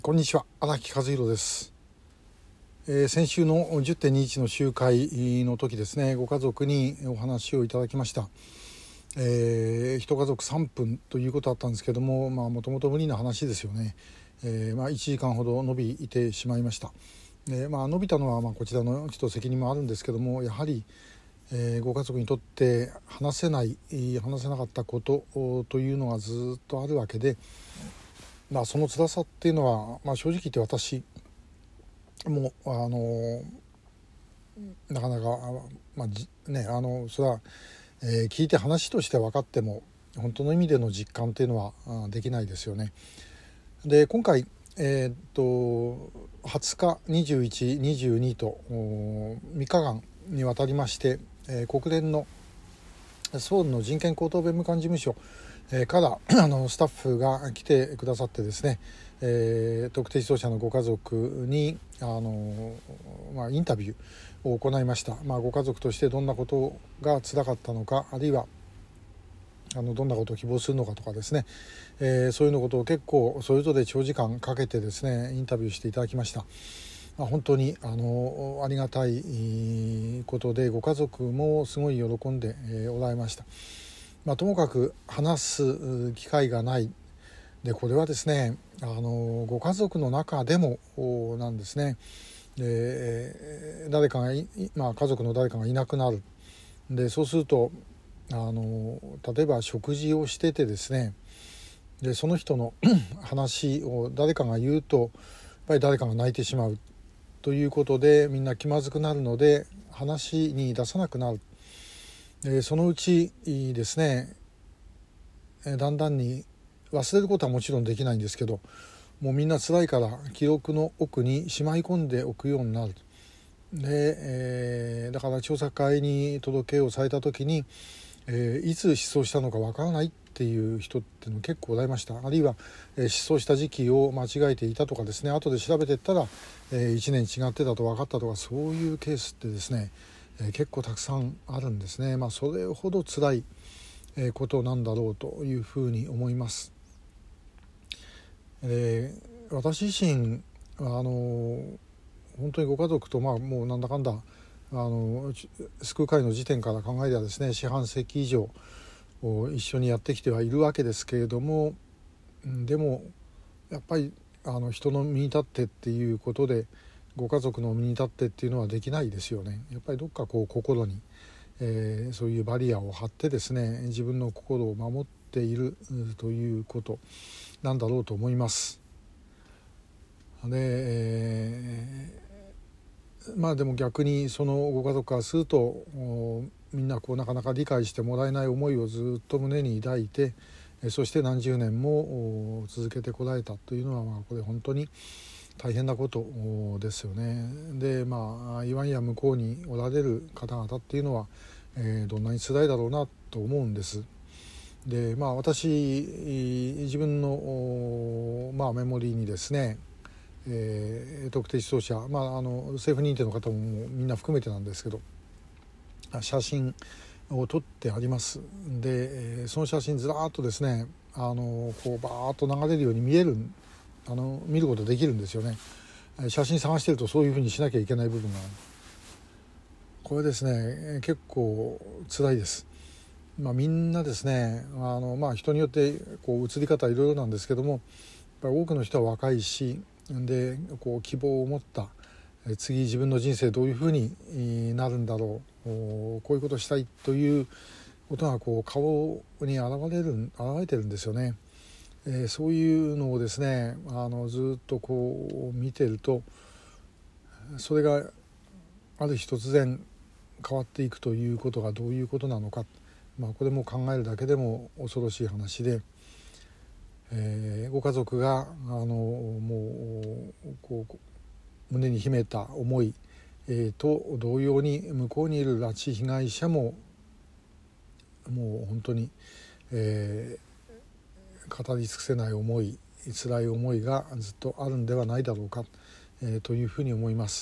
こんにちは、荒木和弘です。先週の 10.21 の集会の時ですね、ご家族にお話をいただきました。一家族3分ということだったんですけども、もともと無理な話ですよね。1時間ほど伸びてしまいました。伸びたのはこちらの人責任もあるんですけども、やはりご家族にとって話せなかったことというのがずっとあるわけで、その辛さっていうのは、正直言って私もなかなか、それは、聞いて話として分かっても本当の意味での実感っていうのはできないですよね。で今回、20日、21、22と3日間にわたりまして、国連のソウルの人権高等弁務官事務所からスタッフが来てくださってですね、特定失踪者のご家族にインタビューを行いました。ご家族としてどんなことが辛かったのか、あるいはどんなことを希望するのかとかですね、そういうのことを結構それぞれ長時間かけてですねインタビューしていただきました。本当にありがたいことで、ご家族もすごい喜んでおられました。ともかく話す機会がないで、これはですねご家族の中でもなんですね。で誰かが家族の誰かがいなくなる。でそうすると例えば食事をしててですね、でその人の話を誰かが言うとやっぱり誰かが泣いてしまうということで、みんな気まずくなるので話に出さなくなる。そのうちですね、だんだんに忘れることはもちろんできないんですけど、もうみんな辛いから記憶の奥にしまい込んでおくようになる。で、だから調査会に届けをされた時に、いつ失踪したのかわからないっていう人っていうの結構おられました。あるいは、失踪した時期を間違えていたとかですね、後で調べていったら、1年違ってたと分かったとか、そういうケースってですね、結構たくさんあるんですね。それほど辛いことなんだろうというふうに思います。私自身本当にご家族ともうなんだかんだ救う会の時点から考えればですね、四半世紀以上一緒にやってきてはいるわけですけれども、でもやっぱり人の身に立ってっていうことでご家族の身に立ってっていうのはできないですよね。やっぱりどっか心に、そういうバリアを張ってですね、自分の心を守っているということなんだろうと思います。で、でも逆にそのご家族からするとみんななかなか理解してもらえない思いをずっと胸に抱いて、そして何十年も続けてこられたというのは、これ本当に大変なことですよね。でいわんや向こうにおられる方々っていうのは、どんなに辛いだろうなと思うんです。で私自分の、メモリーにですね、特定失踪者、政府認定の方もみんな含めてなんですけど、写真を撮ってあります。で、その写真ずらーっとですねバーッと流れるように見ることできるんですよね。写真探してるとそういうふうにしなきゃいけない部分がある。これですね結構辛いです。みんなですね人によって映り方いろいろなんですけども、やっぱり多くの人は若いし、で希望を持った次自分の人生どういうふうになるんだろう、こういうことをしたいということが顔に現れてるんですよね。そういうのをですねずっと見てると、それがある日突然変わっていくということがどういうことなのか、これも考えるだけでも恐ろしい話で、ご家族がもう胸に秘めた思い、と同様に向こうにいる拉致被害者ももう本当に、語り尽くせない思い、辛い思いがずっとあるんではないだろうか、というふうに思います。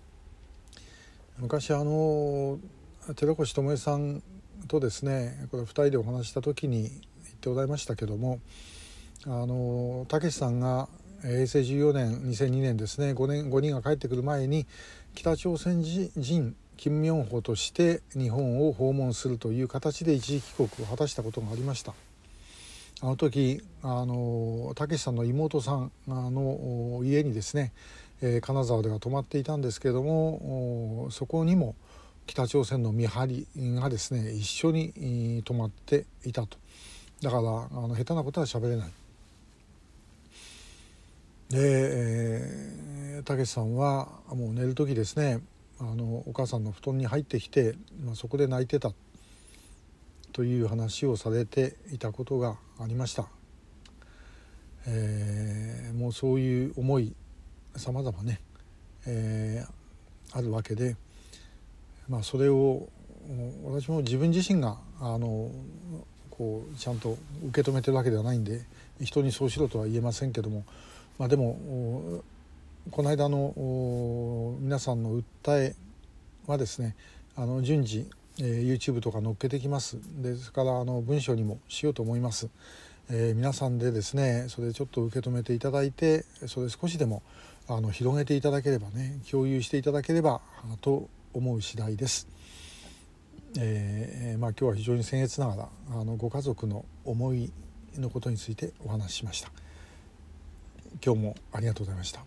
昔寺越智恵さんとですね2人でお話した時に言っておられましたけども、たけしさんが、 平成14年2002年ですね、5人が帰ってくる前に北朝鮮人金明宝として日本を訪問するという形で一時帰国を果たしたことがありました。あの時たけしさんの妹さんの家にですね、金沢では泊まっていたんですけれども、そこにも北朝鮮の見張りがですね一緒に泊まっていたと。だから下手なことは喋れない。で、たけしさんはもう寝る時ですね、お母さんの布団に入ってきて、そこで泣いてたという話をされていたことがありました。もうそういう思い様々ね、あるわけで、それを私も自分自身がこうちゃんと受け止めてるわけではないんで、人にそうしろとは言えませんけども、でもこの間の皆さんの訴えはですね、順次、YouTube とか載っけてきます。ですから文章にもしようと思います。皆さんでですねそれちょっと受け止めていただいて、それ少しでも広げていただければね、共有していただければと思う次第です。今日は非常に僭越ながらご家族の思いのことについてお話ししました。今日もありがとうございました。